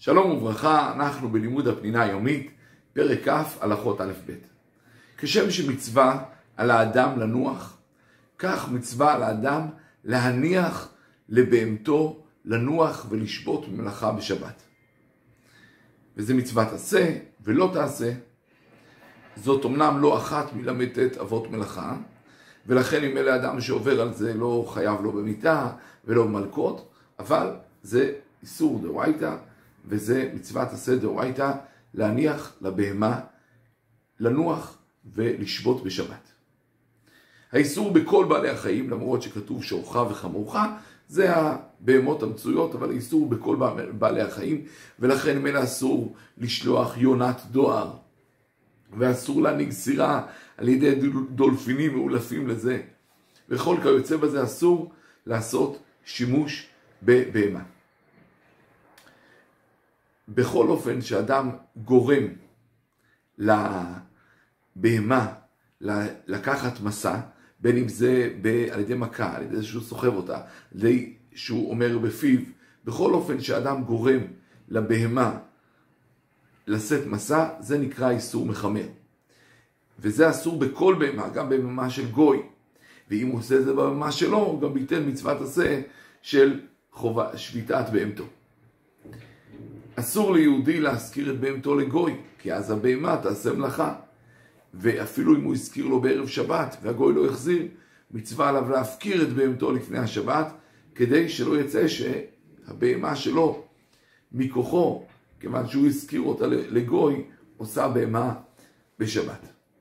שלום וברכה, אנחנו בלימוד הפנינה היומית, פרק כ' הלכות א' ב'. כשם שמצווה על האדם לנוח, כך מצווה על האדם להניח לבהמתו לנוח ולשבות במלאכה בשבת. וזה מצוות עשה ולא תעשה. זאת אמנם לא אחת מל"ט אבות מלאכה, ולכן אם אלה אדם שעובר על זה לא חייב לו במיתה ולא במלקות, אבל זה איסור דאורייתא, וזה מצוות עשה דאורייתא, להניח לבהמה לנוח ולשבות בשבת. האיסור בכל בעלי החיים, למרות שכתוב שורך וחמורך, זה הבהמות המצויות, אבל האיסור בכל בעלי החיים, ולכן מן אסור לשלוח יונת דואר, ואסור להנהיג סירה על ידי דולפינים מאולפים לזה, וכל כיוצא בזה אסור לעשות שימוש בבהמה. בכל אופן שאדם גורם לבהמה לקחת מסע, בין אם זה על ידי מכה, על ידי שהוא סוחב אותה, על ידי שהוא אומר בפיו, בכל אופן שאדם גורם לבהמה לשאת מסע, זה נקרא איסור מחמר. וזה אסור בכל בהמה, גם בהמה של גוי. ואם הוא עושה את זה בהמה שלו, הוא גם ביטל מצוות עשה של שביתת בהמתו. אסור ליהודי להזכיר את בהמתו לגוי, כי אז הבהמה תעשה מלאכה. ואפילו אם הוא הזכיר לו בערב שבת והגוי לא החזיר, מצווה עליו להפקיר את בהמתו לפני השבת, כדי שלא יצא שהבהמה שלו מכוחו, כיוון שהוא הזכיר אותה לגוי, עושה בהמה בשבת.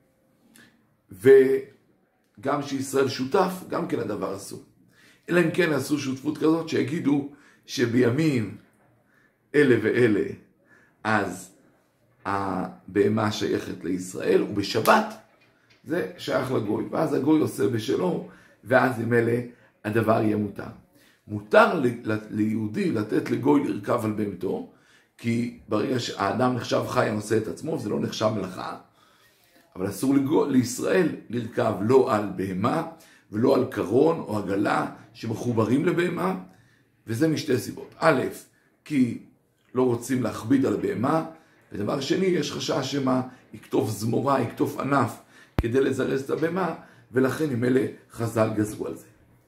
וגם שישראל שותף, גם כן הדבר אסור. אלא אם כן עשו שותפות כזאת שיגידו שבימים אלה ואלה, אז הבהמה שייכת לישראל, ובשבת זה שייך לגוי. ואז הגוי עושה בשלו, ואז עם אלה הדבר יהיה מותר. מותר ליהודי לתת לגוי לרכב על בהמתו, כי ברגע שהאדם נחשב חי הנושא את עצמו, זה לא נחשב מלאכה. אבל אסור לישראל לרכב לא על בהמה, ולא על קרון או עגלה שמחוברים לבהמה, וזה משתי סיבות. א', כי לא רוצים להכביד על הבהמה, ודבר שני, יש חשש שמה יקטוף זמורה, יקטוף ענף, כדי לזרז את הבהמה, ולכן עם אלה חז"ל גזרו על זה.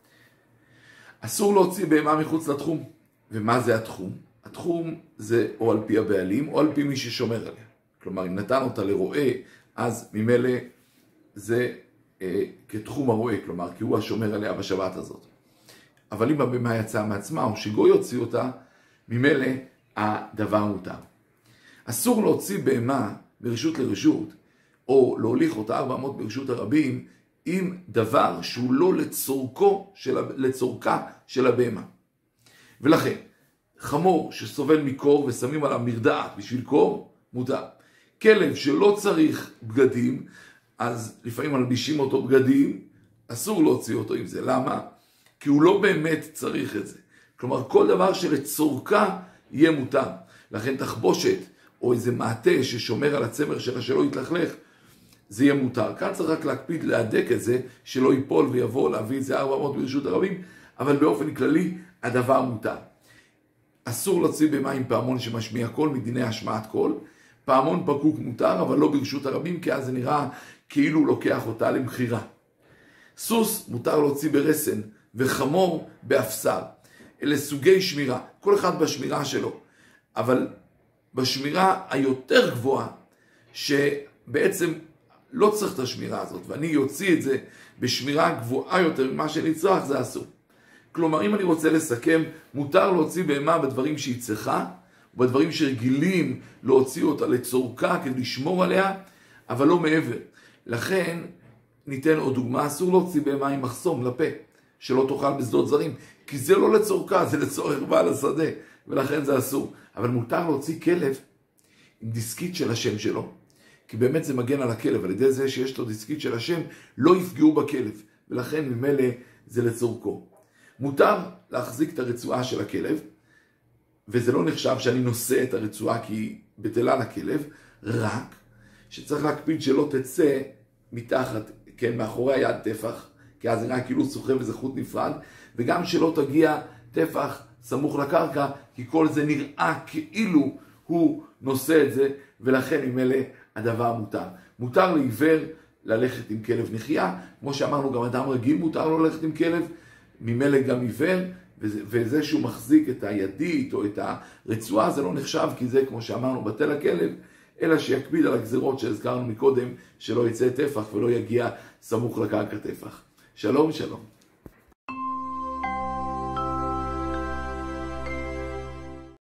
אסור להוציא בהמה מחוץ לתחום. ומה זה התחום? התחום זה או על פי הבעלים, או על פי מי ששומר עליה. כלומר, אם נתן אותה לרועה, אז ממילא זה כתחום הרועה, כלומר, כי הוא השומר עליה בשבת הזאת. אבל אם הבהמה יצאה מעצמה, או שגוי יוציא אותה, ממילא הדבר מותר. אסור להוציא בהמה ברשות לרשות, או להוליך אותה 400 ברשות הרבים, עם דבר שהוא לא לצורכה של הבהמה. ולכן, חמור שסובל מקור ושמים עליו מרדעת בשביל קור, מותר. כלב שלא צריך בגדים, אז לפעמים מלבישים אותו בגדים, אסור להוציא אותו עם זה. למה? כי הוא לא באמת צריך את זה. כלומר, כל דבר שלצורכה יהיה מותר. לכן תחבושת או איזה מעטה ששומר על הצמר שלה שלא יתלכלך, זה יהיה מותר. כאן צריך רק להקפיד להדק את זה, שלא ייפול ויבוא להביא את זה 400 ברשות הרבים, אבל באופן כללי הדבר מותר. אסור להוציא בהמה עם פעמון שמשמיע קול מדיני השמעת קול. פעמון פקוק מותר, אבל לא ברשות הרבים, כי אז זה נראה כאילו לוקח אותה למחירה. סוס מותר להוציא ברסן, וחמור באפסר. אלה סוגי שמירה, כל אחד בשמירה שלו. אבל בשמירה היותר גבוהה, שבעצם לא צריך את השמירה הזאת, ואני יוציא את זה בשמירה גבוהה יותר ממה שנצרך, זה אסור. כלומר, אם אני רוצה לסכם, מותר להוציא בהמה בדברים שהיא צריכה, ובדברים שרגילים להוציא אותה לצורכה כדי לשמור עליה, אבל לא מעבר. לכן, ניתן עוד דוגמה, אסור להוציא בהמה עם מחסום לפה, שלא תאכל בשדות זרים, כי זה לא לצורכה, זה לצורך בעל השדה, ולכן זה אסור. אבל מותר להוציא כלב עם דיסקית של השם שלו, כי באמת זה מגן על הכלב, על ידי זה שיש לו דיסקית של השם, לא יפגעו בכלב, ולכן ממילא זה לצורכו. מותר להחזיק את הרצועה של הכלב, וזה לא נחשב שאני נושא את הרצועה כי היא בטלה לכלב, רק שצריך להקפיד שלא תצא מתחת, כן, מאחורי היד טפח, כי אז זה נראה כאילו סוחב וזה חוט נפרד, וגם שלא תגיע טפח סמוך לקרקע, כי כל זה נראה כאילו הוא נושא את זה, ולכן ממילא הדבר מותר. מותר לעיוור ללכת עם כלב נחייה, כמו שאמרנו, גם אדם רגיל מותר לו ללכת עם כלב, ממילא גם עיוור, וזה שהוא מחזיק את הידית או את הרצועה, זה לא נחשב, כי זה, כמו שאמרנו, בטל הכלב, אלא שיקפיד על הגזירות שהזכרנו מקודם, שלא יצא טפח ולא יגיע סמוך לקרקע טפח. שלום, שלום.